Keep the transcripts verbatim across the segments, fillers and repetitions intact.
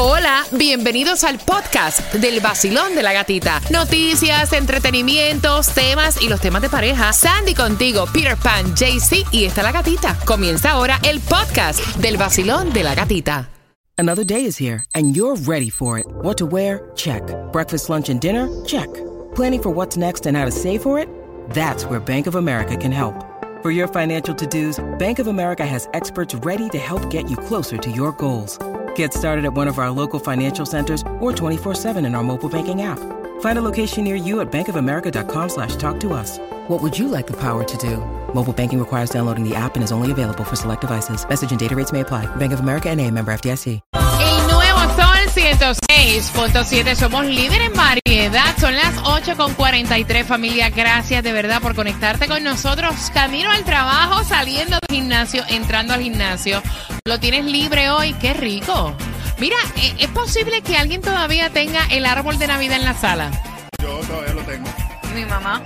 Hola, bienvenidos al podcast del Vacilón de la Gatita. Noticias, entretenimientos, temas y los temas de pareja. Sandy contigo, Peter Pan, J C y está la gatita. Comienza ahora el podcast del Vacilón de la Gatita. Another day is here and you're ready for it. What to wear? Check. Breakfast, lunch, and dinner? Check. Planning for what's next and how to save for it? That's where Bank of America can help. For your financial to-dos, Bank of America has experts ready to help get you closer to your goals. Get started at one of our local financial centers or twenty-four seven in our mobile banking app. Find a location near you at bankofamerica.com slash talk to us. What would you like the power to do? Mobile banking requires downloading the app and is only available for select devices. Message and data rates may apply. Bank of America N A, member F D I C. El nuevo Sol ciento seis punto siete. Somos líderes en variedad. Son las ocho con cuarenta y tres, familia. Gracias de verdad por conectarte con nosotros. Camino al trabajo, saliendo del gimnasio, entrando al gimnasio. Lo tienes libre hoy. ¡Qué rico! Mira, ¿es posible que alguien todavía tenga el árbol de Navidad en la sala? Yo todavía lo tengo. Mi mamá.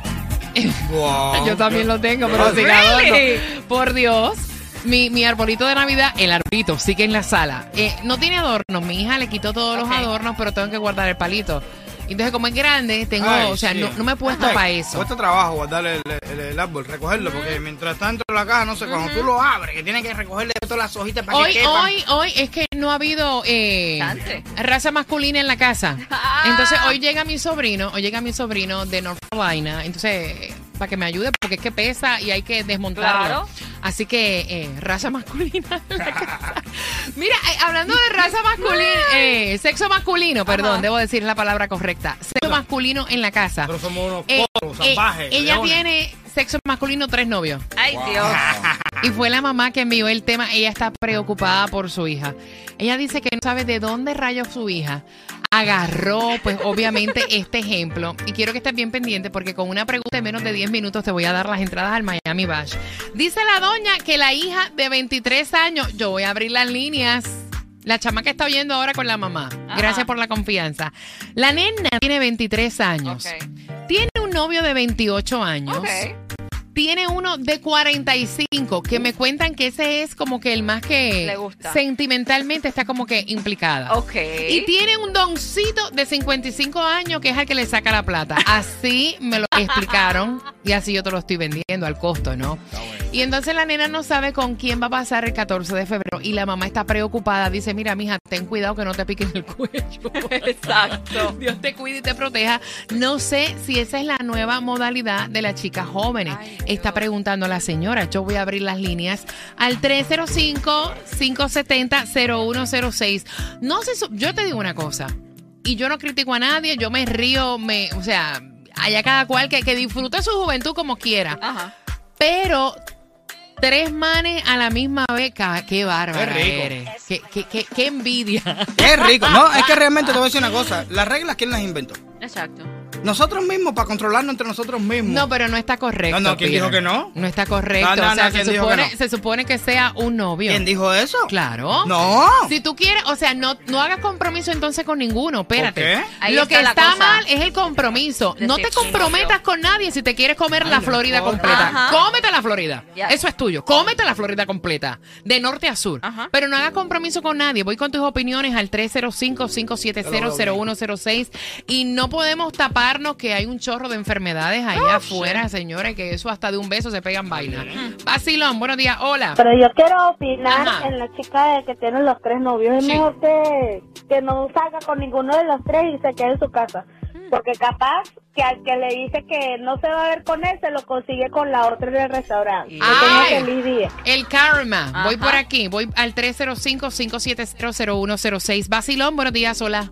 Wow. Yo también lo tengo, pero sin Really? adorno. Por Dios. Mi, mi arbolito de Navidad, el arbolito, sigue en la sala. Eh, no tiene adornos. Mi hija le quitó todos Okay. los adornos, pero tengo que guardar el palito. Entonces, como es grande, tengo, Ay, o sea, sí. no, no me he puesto Ay, para eso. Cuesta trabajo guardarle el, el, el árbol, recogerlo, porque mientras está dentro de la caja, no sé, cuando tú lo abres, que tienes que recogerle todas las hojitas para Hoy, que quepan. hoy, hoy es que no ha habido eh, Chance. raza masculina en la casa. Ah. Entonces, hoy llega mi sobrino, hoy llega mi sobrino de North Carolina, entonces, para que me ayude, porque es que pesa y hay que desmontarlo. Claro. Así que, eh, raza masculina en la casa. Mira, eh, hablando de raza masculina, eh, sexo masculino, perdón, Ajá. debo decir la palabra correcta. Sexo masculino en la casa. Nosotros somos unos Eh, porros, eh, salvajes. ella leones. tiene sexo masculino, tres novios. Ay, Dios. Y fue la mamá que envió el tema. Ella está preocupada por su hija. Ella dice que no sabe de dónde rayos su hija agarró, pues obviamente, este ejemplo. Y quiero que estés bien pendiente porque con una pregunta en menos de diez minutos te voy a dar las entradas al Miami Bash. Dice la doña que la hija de veintitrés años, yo voy a abrir las líneas. La chamaca está oyendo ahora con la mamá. Ajá. Gracias por la confianza. La nena tiene veintitrés años. Ok. Tiene un novio de veintiocho años. Ok. Tiene uno de cuarenta y cinco, que me cuentan que ese es como que el más que Le gusta. sentimentalmente está como que implicada. Ok. Y tiene un doncito de cincuenta y cinco años que es el que le saca la plata. Así me lo explicaron y así yo te lo estoy vendiendo al costo, ¿no? Y entonces la nena no sabe con quién va a pasar el catorce de febrero y la mamá está preocupada. Dice, mira, mija, ten cuidado que no te piquen el cuello. Exacto. Dios te cuide y te proteja. No sé si esa es la nueva modalidad de las chicas jóvenes. Ay, Está preguntando la señora. Yo voy a abrir las líneas al tres cero cinco, cinco siete cero, cero uno cero seis. No sé, su- yo te digo una cosa. Y yo no critico a nadie. Yo me río, me, o sea, allá cada cual que, que disfrute su juventud como quiera. Ajá. Pero tres manes a la misma vez, ca- qué bárbara Qué rico. eres. Qué, qué, qué, qué envidia. Qué rico. No, es que realmente te voy a decir una cosa. Las reglas, ¿quién las inventó? Exacto. Nosotros mismos, para controlarnos entre nosotros mismos. No, pero no está correcto. No, no, ¿quién Peter. dijo que no? No está correcto. No, no, o sea, no, se, ¿quién dijo que supone, no? se supone que sea un novio. ¿Quién dijo eso? Claro. No. Si tú quieres, o sea, no, no hagas compromiso entonces con ninguno, espérate. ¿Por qué? Ahí Lo está que la está cosa. mal es el compromiso. No te Decir, comprometas sí, con nadie si te quieres comer la Ay, Florida no, completa. Ajá. Cómete la Florida. Ya. Eso es tuyo. Cómete la Florida completa. De norte a sur. Ajá. Pero no hagas compromiso con nadie. Voy con tus opiniones al tres cero cinco, cinco siete cero, cero uno cero seis. Y no podemos taparnos que hay un chorro de enfermedades allá afuera, señores, que eso hasta de un beso se pegan vainas. Vacilón, buenos días. Hola. Pero yo quiero opinar Ajá. en la chica de que tiene los tres novios. Es Sí. mejor que, que no salga con ninguno de los tres y se quede en su casa. Porque capaz que al que le dice que no se va a ver con él, se lo consigue con la otra del restaurante. Que Ay. tenga feliz día. El karma. Ajá. Voy por aquí. Voy al tres cero cinco, cinco siete cero, cero uno cero seis. Vacilón, buenos días. Hola.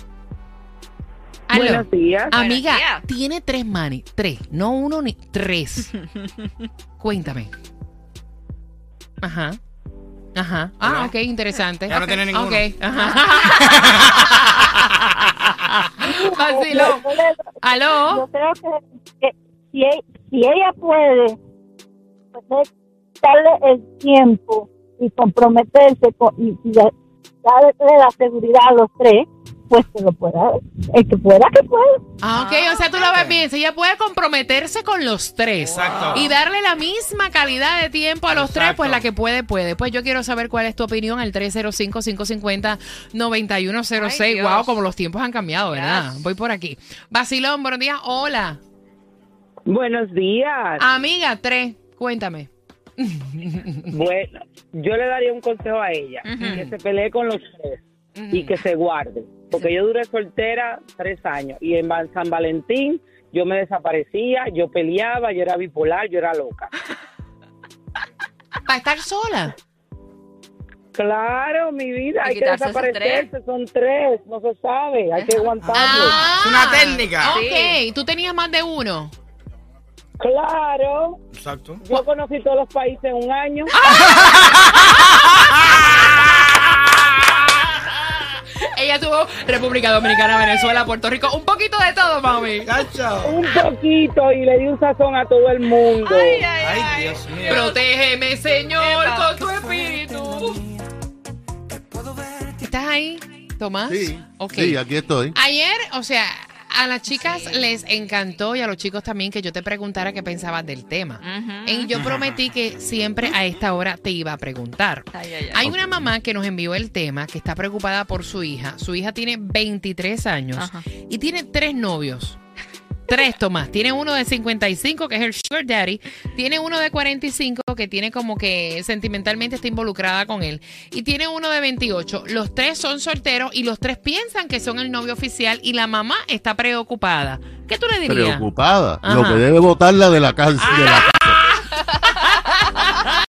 Aló. Buenos días. Amiga, Buenos días. tiene tres manis. Tres. No uno ni tres. Cuéntame. Ajá. Ajá. Ah, Hola. ok, interesante. Ya no tiene ninguno. Ok. Ajá. Vacilón. Yo, yo- Aló. yo creo que, que si, e- si ella puede, pues, darle el tiempo y comprometerse con, y, y da- darle la seguridad a los tres, pues que lo pueda, el que pueda, que pueda. Ah, ok, o sea, tú lo ves bien. Si ella puede comprometerse con los tres Exacto. y darle la misma calidad de tiempo a los Exacto. tres, pues la que puede, puede. Pues yo quiero saber cuál es tu opinión al tres cero cinco, cinco cinco cero, nueve uno cero seis. Ay, Wow, Dios. como los tiempos han cambiado, ¿verdad? Yes. Voy por aquí. Vacilón, buenos días. Hola. Buenos días. Amiga, tres. Cuéntame. Bueno, yo le daría un consejo a ella, Ujú. que se pelee con los tres y que se guarde, porque yo duré soltera tres años y en Van- San Valentín yo me desaparecía, yo peleaba, yo era bipolar, yo era loca. ¿Para estar sola? Claro, mi vida, Y hay que quitarse esos desaparecerse, son tres, no se sabe, hay que aguantarlo. Ah, Es una técnica. Ok, tú tenías más de uno. Claro, Exacto. yo conocí todos los países en un año. Ella tuvo República Dominicana, Venezuela, Puerto Rico, un poquito de todo, mami. Cacho. Un poquito y le di un sazón a todo el mundo. Ay, ay, Ay, ay. Dios mío. Protégeme, Señor, Epa. con tu espíritu. ¿Estás ahí, Tomás? Sí, Ok. sí, aquí estoy. Ayer, o sea, a las chicas les encantó y a los chicos también que yo te preguntara qué pensabas del tema. Ujú. Y yo prometí que siempre a esta hora te iba a preguntar. Ay, ay, ay. Hay una mamá que nos envió el tema, que está preocupada por su hija. Su hija tiene veintitrés años Ajá. y tiene tres novios. Tres, Tomás. Tiene uno de cincuenta y cinco, que es el sugar daddy. Tiene uno de cuarenta y cinco, que tiene como que sentimentalmente está involucrada con él. Y tiene uno de veintiocho. Los tres son solteros y los tres piensan que son el novio oficial y la mamá está preocupada. ¿Qué tú le dirías? Preocupada. Ajá. Lo que debe botarla de la casa. De la casa.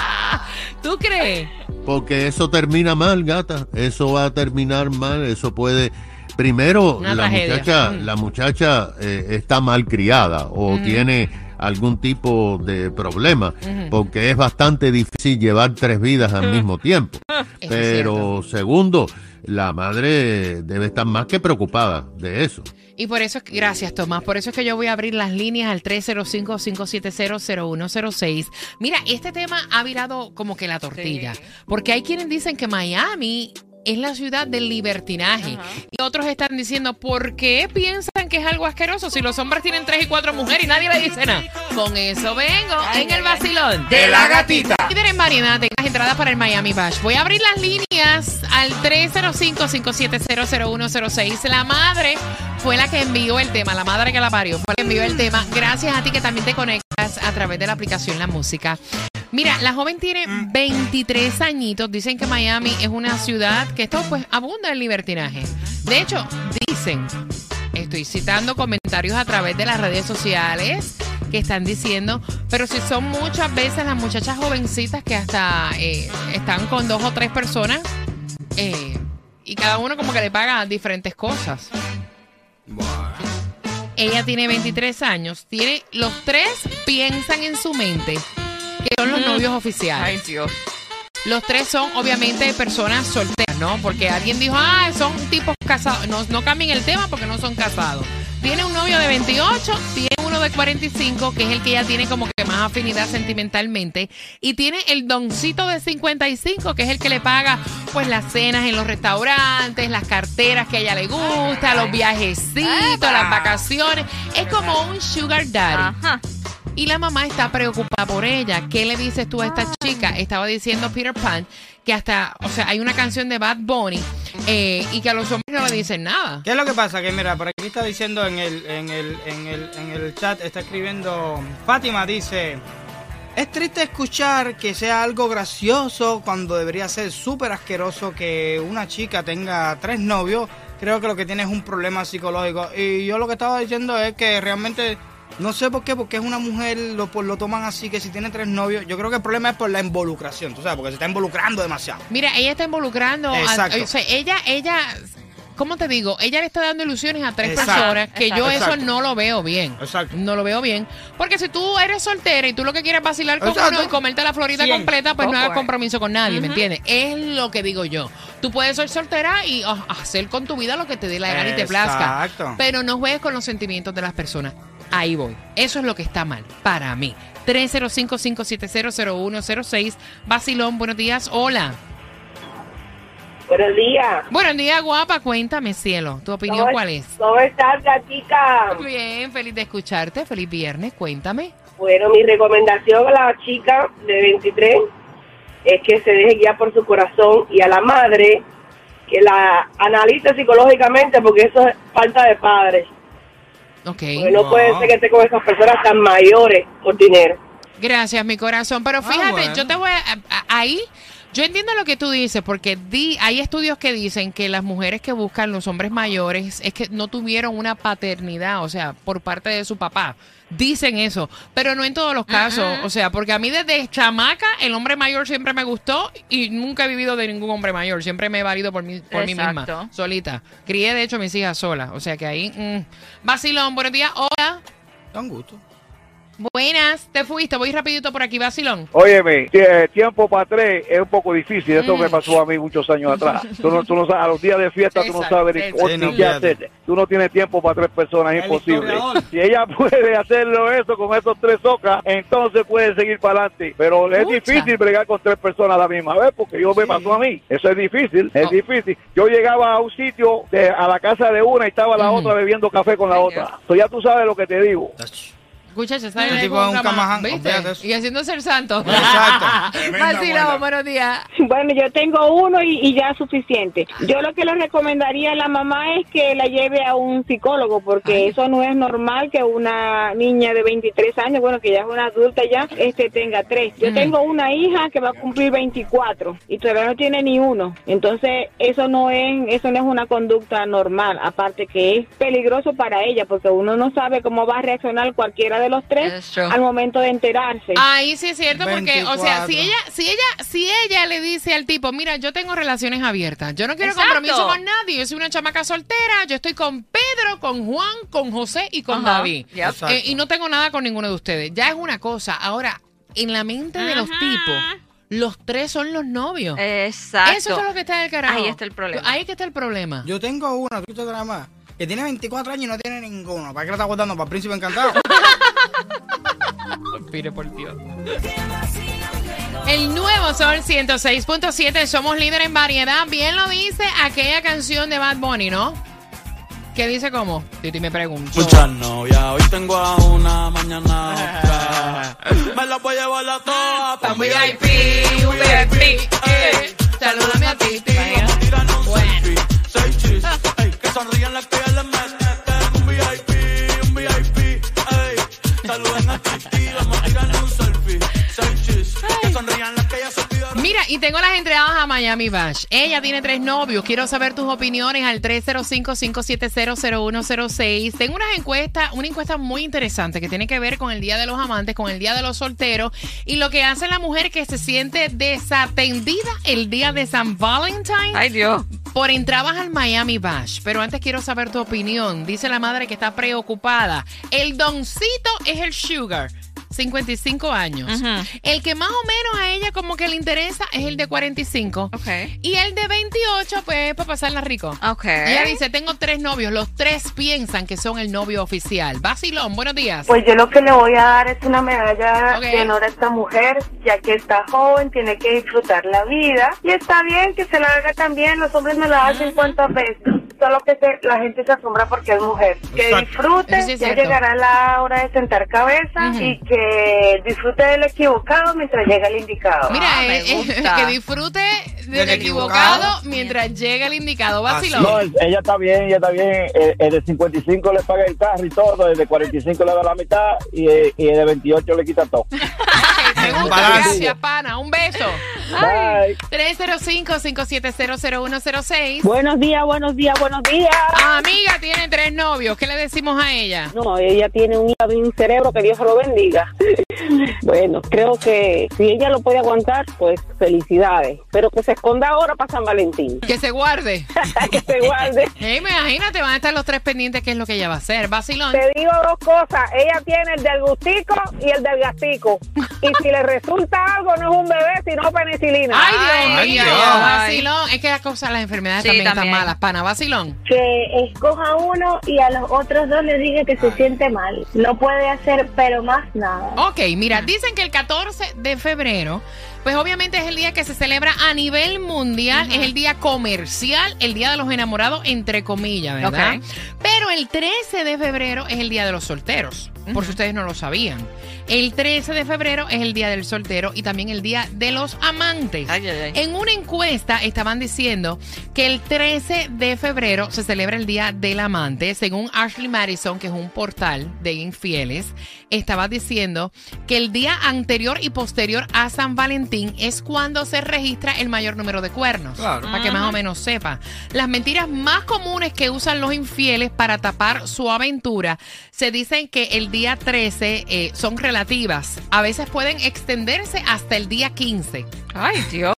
¿Tú crees? Porque eso termina mal, gata. Eso va a terminar mal. Eso puede. Primero, Una la tragedia. muchacha, Mm. la muchacha eh, está mal criada o Mm. tiene algún tipo de problema, Ujú. porque es bastante difícil llevar tres vidas al mismo tiempo. Eso es Pero segundo, la madre debe estar más que preocupada de eso. Y por eso, es que- gracias Tomás, por eso es que yo voy a abrir las líneas al tres cero cinco, cinco siete cero, cero uno cero seis. Mira, este tema ha virado como que la tortilla, Sí. porque hay quienes dicen que Miami es la ciudad del libertinaje. Ajá. Y otros están diciendo, ¿por qué piensan que es algo asqueroso si los hombres tienen tres y cuatro mujeres y nadie le dice nada? Con eso vengo en el vacilón De la gatita. Líder en variedad de las entradas para el Miami Bash. Voy a abrir las líneas al tres cero cinco, cinco siete cero, cero uno cero seis. La madre fue la que envió el tema, la madre que la parió fue la que envió el tema. Gracias a ti que también te conectas a través de la aplicación La Música. Mira, la joven tiene veintitrés añitos. Dicen que Miami es una ciudad que esto pues abunda el libertinaje. De hecho, dicen, estoy citando comentarios a través de las redes sociales que están diciendo, pero si son muchas veces las muchachas jovencitas que hasta eh, están con dos o tres personas eh, y cada uno como que le paga diferentes cosas. Buah. Ella tiene veintitrés años, tiene los tres piensan en su mente que son los novios oficiales. Ay, Dios. Los tres son obviamente personas solteras, ¿no? Porque alguien dijo, ah, son tipos casados. No, no cambien el tema porque no son casados. Tiene un novio de veintiocho, tiene uno de cuarenta y cinco, que es el que ella tiene como que más afinidad sentimentalmente. Y tiene el doncito de cincuenta y cinco, que es el que le paga pues las cenas en los restaurantes, las carteras que a ella le gusta, los viajecitos, las vacaciones. Es como un sugar daddy. Ajá. Y la mamá está preocupada por ella. ¿Qué le dices tú a esta chica? Estaba diciendo Peter Pan que hasta, o sea, hay una canción de Bad Bunny eh, y que a los hombres no le dicen nada. ¿Qué es lo que pasa? Que mira, por aquí está diciendo en el, en el, en el, en el chat, está escribiendo Fátima, dice, es triste escuchar que sea algo gracioso cuando debería ser súper asqueroso que una chica tenga tres novios. Creo que lo que tiene es un problema psicológico. Y yo lo que estaba diciendo es que realmente... No sé por qué, porque es una mujer, lo, pues, lo toman así, que si tiene tres novios, yo creo que el problema es por la involucración, tú sabes, porque se está involucrando demasiado. Mira, ella está involucrando, a, Exacto. o sea, ella, ella, ¿cómo te digo? Ella le está dando ilusiones a tres Exacto. personas que yo Exacto. eso no lo veo bien. Exacto. No lo veo bien. Porque si tú eres soltera y tú lo que quieres es vacilar con Exacto. uno y comerte la florita Cien. completa, pues Go no hagas for it. compromiso con nadie, ¿me entiendes? Es lo que digo yo. Tú puedes ser soltera y oh, hacer con tu vida lo que te dé la gana y te plazca. Exacto. Pero no juegues con los sentimientos de las personas. Ahí voy. Eso es lo que está mal para mí. tres cero cinco, cinco siete cero, cero uno cero seis. Vacilón, buenos días. Hola. Buenos días. Buenos días, guapa. Cuéntame, cielo. ¿Tu opinión ¿Cómo, cuál es? ¿Cómo estás, gatica? Bien, feliz de escucharte. Feliz viernes. Cuéntame. Bueno, mi recomendación a la chica de veintitrés es que se deje guiar por su corazón, y a la madre que la analice psicológicamente, porque eso es falta de padres. Ok. Porque no, no puede ser que esté con esas personas tan mayores por dinero. Gracias, mi corazón. Pero fíjate, Ah, bueno. yo te voy a, a- ahí, yo entiendo lo que tú dices, porque di, hay estudios que dicen que las mujeres que buscan los hombres mayores es que no tuvieron una paternidad, o sea, por parte de su papá. Dicen eso, pero no en todos los casos. Uh-uh. O sea, porque a mí desde chamaca el hombre mayor siempre me gustó y nunca he vivido de ningún hombre mayor. Siempre me he valido por mí, por mí misma, Exacto. solita. Crié, de hecho, mis hijas solas. O sea que ahí, mm. Vacilón, buenos días. Hola. Da un gusto. Buenas. Te fuiste. Voy rapidito por aquí, Vacilón. Óyeme, eh, tiempo para tres es un poco difícil. Esto Mm. me pasó a mí muchos años atrás. Tú no, tú no sabes, a los días de fiesta tú no Exacto, sabes ni, exacto. o Sí, ni no, qué fíjate. hacer. Tú no tienes tiempo para tres personas, es El imposible. historiador. Si ella puede hacerlo eso con esos tres ocas, entonces puede seguir para adelante. Pero es Pucha. difícil bregar con tres personas a la misma vez, porque yo me pasó a mí. Eso es difícil, es Oh. difícil. Yo llegaba a un sitio, de- a la casa de una, y estaba la Ujú. otra bebiendo café con la Ay, otra. Entonces ya tú sabes lo que te digo. Escucha, se está Este en tipo es un camaján, ¿viste? olvídate eso. Y haciéndose el santo. Exacto. Vacilón, buenos días. Bueno, yo tengo uno y, y ya es suficiente. Yo lo que le recomendaría a la mamá es que la lleve a un psicólogo, porque Ay. eso no es normal que una niña de veintitrés años, bueno, que ya es una adulta ya, este tenga tres. Yo Mm. tengo una hija que va a cumplir veinticuatro y todavía no tiene ni uno. Entonces, eso no es eso no es una conducta normal, aparte que es peligroso para ella, porque uno no sabe cómo va a reaccionar cualquiera de los tres That's true. al momento de enterarse. Ahí sí es cierto, porque, o sea, veinticuatro. si ella, si ella, si ella le dice al tipo, mira, yo tengo relaciones abiertas, yo no quiero Exacto. compromiso con nadie, yo soy una chamaca soltera, yo estoy con Pedro, con Juan, con José y con Ajá. David. Yep. Exacto. Eh, y no tengo nada con ninguno de ustedes. Ya es una cosa. Ahora, en la mente de los Ajá. tipos, los tres son los novios. Exacto. Eso es lo que está en el carajo. Ahí está el problema. Ahí que está el problema. Yo tengo una, tú nada más, que tiene veinticuatro años y no tiene ninguno. ¿Para qué la está guardando? ¿Para el príncipe encantado? Mire por Dios. El nuevo Sol ciento seis punto siete, somos líder en variedad. Bien lo dice aquella canción de Bad Bunny, ¿no? ¿Qué dice cómo? Titi me pregunta. Muchas novias, hoy tengo a una, mañana a otra. Me la voy a llevar a todas pa' Un V I P, un V I P. eh. Salúdame a Titi. Tírame un Bueno. selfie, seis chis, ey, que sonrían las que ya les meten. Un V I P, un V I P, ey. Saluden a Titi, vamos a tirarle un selfie, seis chis, que sonrían las que ya se olvidaron. Mira, y tengo las entradas a Miami Bash. Ella tiene tres novios. Quiero saber tus opiniones al tres cero cinco, cinco siete cero, cero uno cero seis. Tengo unas encuestas, una encuesta muy interesante que tiene que ver con el Día de los Amantes, con el Día de los Solteros y lo que hace la mujer que se siente desatendida el día de San Valentín Ay, Dios. por entradas al Miami Bash. Pero antes quiero saber tu opinión. Dice la madre que está preocupada. El doncito es el sugar. cincuenta y cinco años. Ujú. El que más o menos a ella como que le interesa es el de cuarenta y cinco. Ok. Y el de veintiocho, pues, para pasarla rico. Ok. Ella dice, tengo tres novios. Los tres piensan que son el novio oficial. Vacilón, buenos días. Pues yo lo que le voy a dar es una medalla Ok. de honor a esta mujer, ya que está joven, tiene que disfrutar la vida. Y está bien que se la haga también, los hombres me la hacen cuantas veces. Solo que se- la gente se asombra porque es mujer. Que Exacto. disfrute, Eso sí es ya cierto. llegará la hora de sentar cabeza Ujú. y que disfrute del equivocado mientras llega el indicado. Mira, Ah, me eh, eh, gusta. que disfrute del Del equivocado, equivocado. mientras llega el indicado. Vacilón. No, ella está bien, ella está bien. El, el de cincuenta y cinco le paga el carro y todo, el de cuarenta y cinco le da la mitad y, el- y el de veintiocho le quita todo. Ok, me gusta, Balance. gracias, pana. Un beso. Bye. tres cero cinco, cinco siete cero, cero uno cero seis. Buenos días, buenos días, buenos días. Amiga tiene tres novios. ¿Qué le decimos a ella? No, ella tiene un hígado y un cerebro, que Dios se lo bendiga. Bueno, creo que si ella lo puede aguantar, pues felicidades. Pero que se esconda ahora para San Valentín. Que se guarde. Que se guarde. Hey, imagínate, van a estar los tres pendientes qué es lo que ella va a hacer. Vacilón. Te digo dos cosas. Ella tiene el del gustico y el del gastico. Y si le resulta algo, no es un bebé, sino penicilina. Ay, Dios Ay, mío. Dios. Vacilón. Es que las cosas, las enfermedades Sí, también, también. están malas, pana. Vacilón. Que escoja uno y a los otros dos les diga que se siente mal. No puede hacer, pero más nada. Ok, mira, dicen que el catorce de febrero, Pues obviamente es el día que se celebra a nivel mundial, uh-huh. es el día comercial, el día de los enamorados, entre comillas, ¿verdad? Okay. Pero el trece de febrero es el día de los solteros, uh-huh. por si ustedes no lo sabían. El trece de febrero es el día del soltero y también el día de los amantes. Ay, ay, ay. En una encuesta estaban diciendo que el trece de febrero se celebra el día del amante. Según Ashley Madison, que es un portal de infieles, estaba diciendo que el día anterior y posterior a San Valentín es cuando se registra el mayor número de cuernos. Claro. Para que más o menos sepa. Las mentiras más comunes que usan los infieles para tapar su aventura, se dicen que el día trece eh, son relativas. A veces pueden extenderse hasta el día quince. Ay, Dios.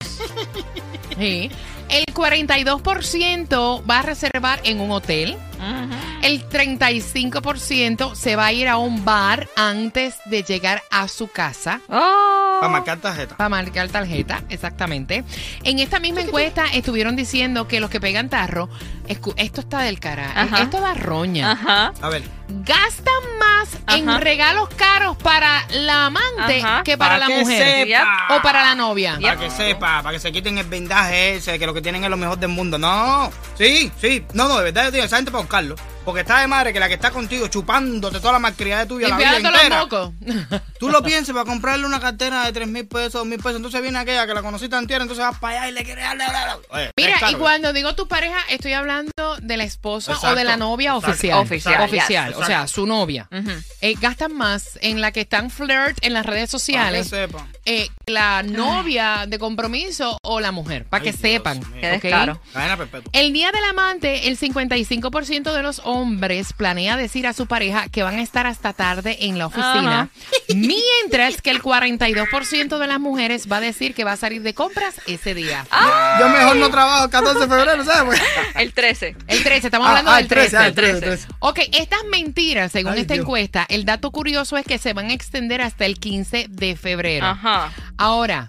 Sí. El cuarenta y dos por ciento va a reservar en un hotel. Uh-huh. El treinta y cinco por ciento se va a ir a un bar antes de llegar a su casa. Oh. Para marcar tarjeta. Para marcar tarjeta, exactamente. En esta misma encuesta estuvieron diciendo que los que pegan tarro, escu- esto está del carajo, esto da roña. Ajá. A ver. Gastan más Ajá. en regalos caros para la amante Ajá. que para, para la mujer. Sepa. O para la novia. Para yep. que sepa, para que se quiten el vendaje ese de que lo que tienen es lo mejor del mundo. No, sí, sí. No, no, de verdad yo digo, esa gente para buscarlo. Porque está de madre que la que está contigo chupándote toda la malcriada tuya la vida entera. Los Tú lo piensas para comprarle una cartera de tres mil pesos, dos mil pesos. Entonces viene aquella que la conociste antier, entonces vas para allá y le quieres darle. Oye, Mira, y cuando digo tu pareja, estoy hablando de la esposa exacto, o de la novia exacto, oficial. Oficial. Oficial. Yes, o sea, su novia. Uh-huh. Eh, gastan más en la que están flirt en las redes sociales. Para que sepan. Eh, la novia de compromiso o la mujer. Para que Dios sepan. Okay. Claro. El día del amante, el cincuenta y cinco por ciento de los hombres planea decir a su pareja que van a estar hasta tarde en la oficina, uh-huh. mientras que el cuarenta y dos por ciento de las mujeres va a decir que va a salir de compras ese día. Yo, yo mejor no trabajo el catorce de febrero, ¿sabes? El trece. El trece, estamos hablando ah, del trece. Ah, el trece, el trece. Ok, estas mentiras, según Ay, esta Dios. encuesta, el dato curioso es que se van a extender hasta el quince de febrero. Ajá. Ahora,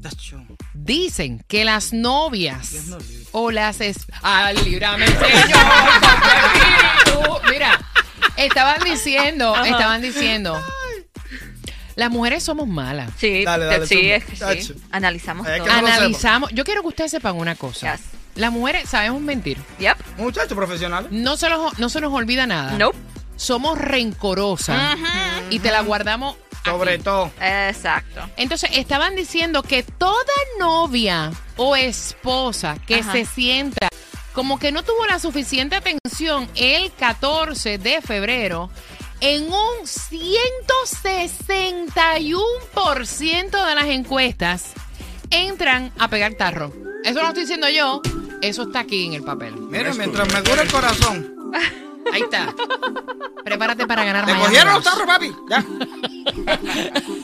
dicen que las novias o las... Es... ¡Ay, líbrame, Señor! Mira, estaban diciendo, Ajá. estaban diciendo... Las mujeres somos malas. Sí, dale, dale, sí, es, sí. sí. Analizamos es todo. que no Analizamos. Yo quiero que ustedes sepan una cosa. Yes. Las mujeres sabemos mentir. Yep. Muchachos profesionales. No se, los, no se nos olvida nada. Nope. Somos rencorosas uh-huh. y te la guardamos sobre aquí. todo. Exacto. Entonces, estaban diciendo que toda novia o esposa que Ajá. se sienta como que no tuvo la suficiente atención el catorce de febrero, en un ciento sesenta y uno por ciento de las encuestas entran a pegar tarro. Eso no lo estoy diciendo yo, eso está aquí en el papel. Mira, mientras me cura el corazón. Ahí está. Prepárate para ganar ¿Te mañana. cogieron los tarros, papi? Ya.